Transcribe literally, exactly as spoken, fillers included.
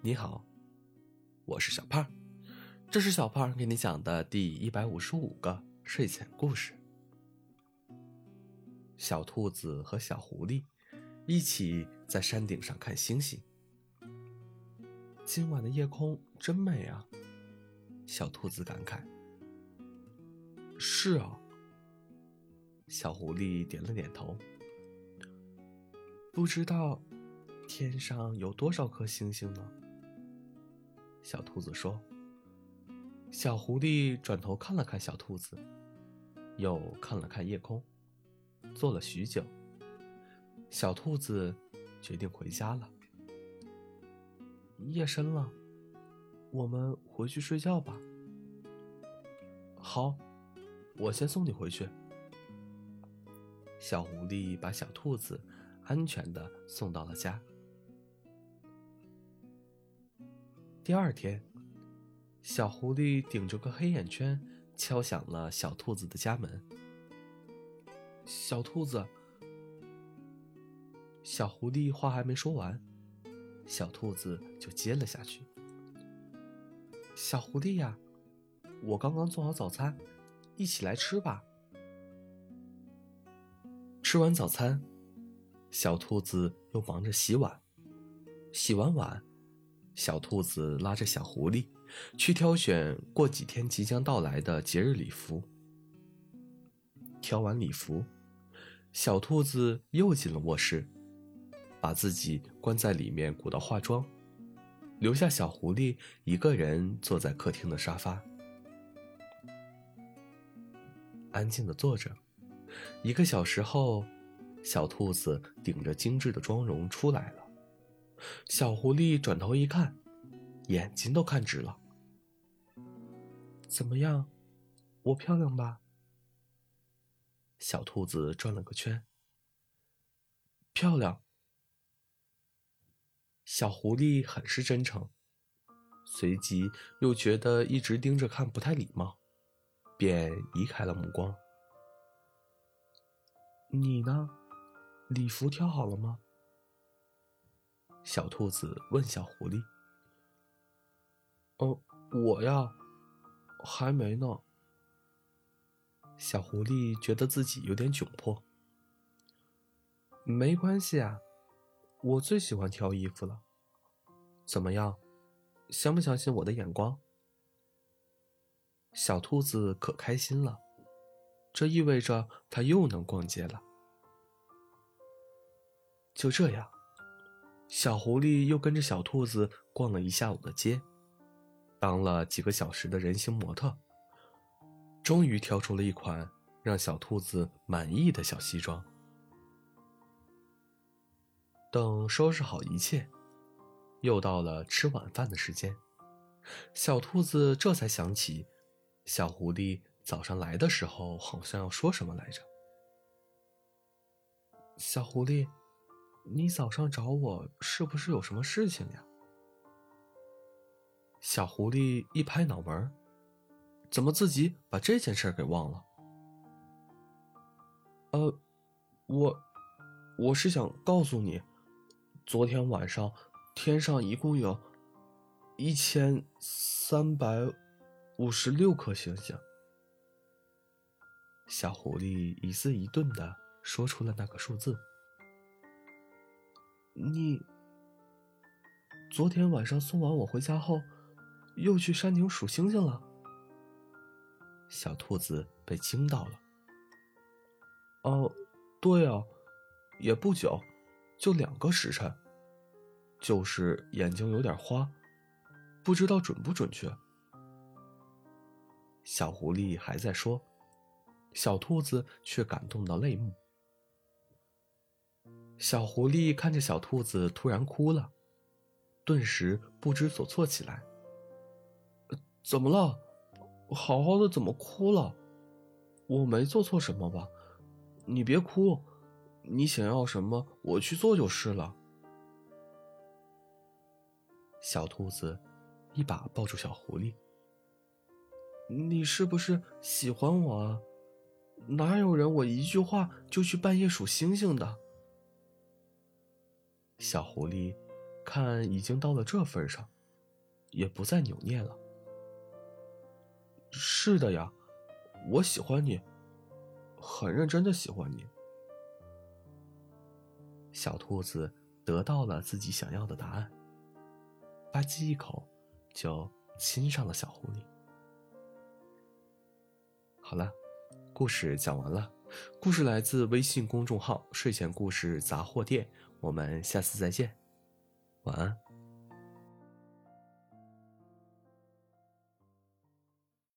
你好，我是小胖，这是小胖给你讲的第一百五十五个睡前故事。小兔子和小狐狸一起在山顶上看星星。今晚的夜空真美啊，小兔子感慨。是啊，小狐狸点了点头。不知道天上有多少颗星星呢？小兔子说。小狐狸转头看了看小兔子，又看了看夜空，坐了许久。小兔子决定回家了。夜深了，我们回去睡觉吧。好，我先送你回去。小狐狸把小兔子安全地送到了家。第二天，小狐狸顶着个黑眼圈敲响了小兔子的家门。小兔子，小狐狸话还没说完，小兔子就接了下去。小狐狸呀，我刚刚做好早餐，一起来吃吧。吃完早餐，小兔子又忙着洗碗。洗完碗，小兔子拉着小狐狸去挑选过几天即将到来的节日礼服。挑完礼服，小兔子又进了卧室，把自己关在里面鼓捣化妆，留下小狐狸一个人坐在客厅的沙发，安静地坐着。一个小时后，小兔子顶着精致的妆容出来了。小狐狸转头一看，眼睛都看直了。怎么样，我漂亮吧？小兔子转了个圈。漂亮。小狐狸很是真诚，随即又觉得一直盯着看不太礼貌，便移开了目光。你呢？礼服挑好了吗？小兔子问小狐狸。哦，我呀，还没呢。小狐狸觉得自己有点窘迫。没关系啊，我最喜欢挑衣服了。怎么样，相不相信我的眼光？小兔子可开心了，这意味着它又能逛街了。就这样，小狐狸又跟着小兔子逛了一下午的街，当了几个小时的人形模特，终于挑出了一款让小兔子满意的小西装。等收拾好一切，又到了吃晚饭的时间。小兔子这才想起，小狐狸早上来的时候好像要说什么来着。小狐狸，你早上找我是不是有什么事情呀？小狐狸一拍脑门，怎么自己把这件事给忘了？呃，我我是想告诉你，昨天晚上天上一共有一千三百五十六颗星星。小狐狸一字一顿地说出了那个数字。你昨天晚上送完我回家后，又去山顶数星星了？小兔子被惊到了。哦，对啊，也不久，就两个时辰，就是眼睛有点花，不知道准不准确。小狐狸还在说，小兔子却感动到泪目。小狐狸看着小兔子突然哭了，顿时不知所措起来。呃、怎么了？好好的怎么哭了？我没做错什么吧？你别哭，你想要什么我去做就是了。小兔子一把抱住小狐狸。你是不是喜欢我啊？哪有人我一句话就去半夜数星星的？小狐狸看已经到了这份上， 也不再扭捏了。是的呀，我喜欢你，很认真的喜欢你。小兔子得到了自己想要的答案，吧唧一口就亲上了小狐狸。好了，故事讲完了。故事来自微信公众号睡前故事杂货店，我们下次再见，晚安。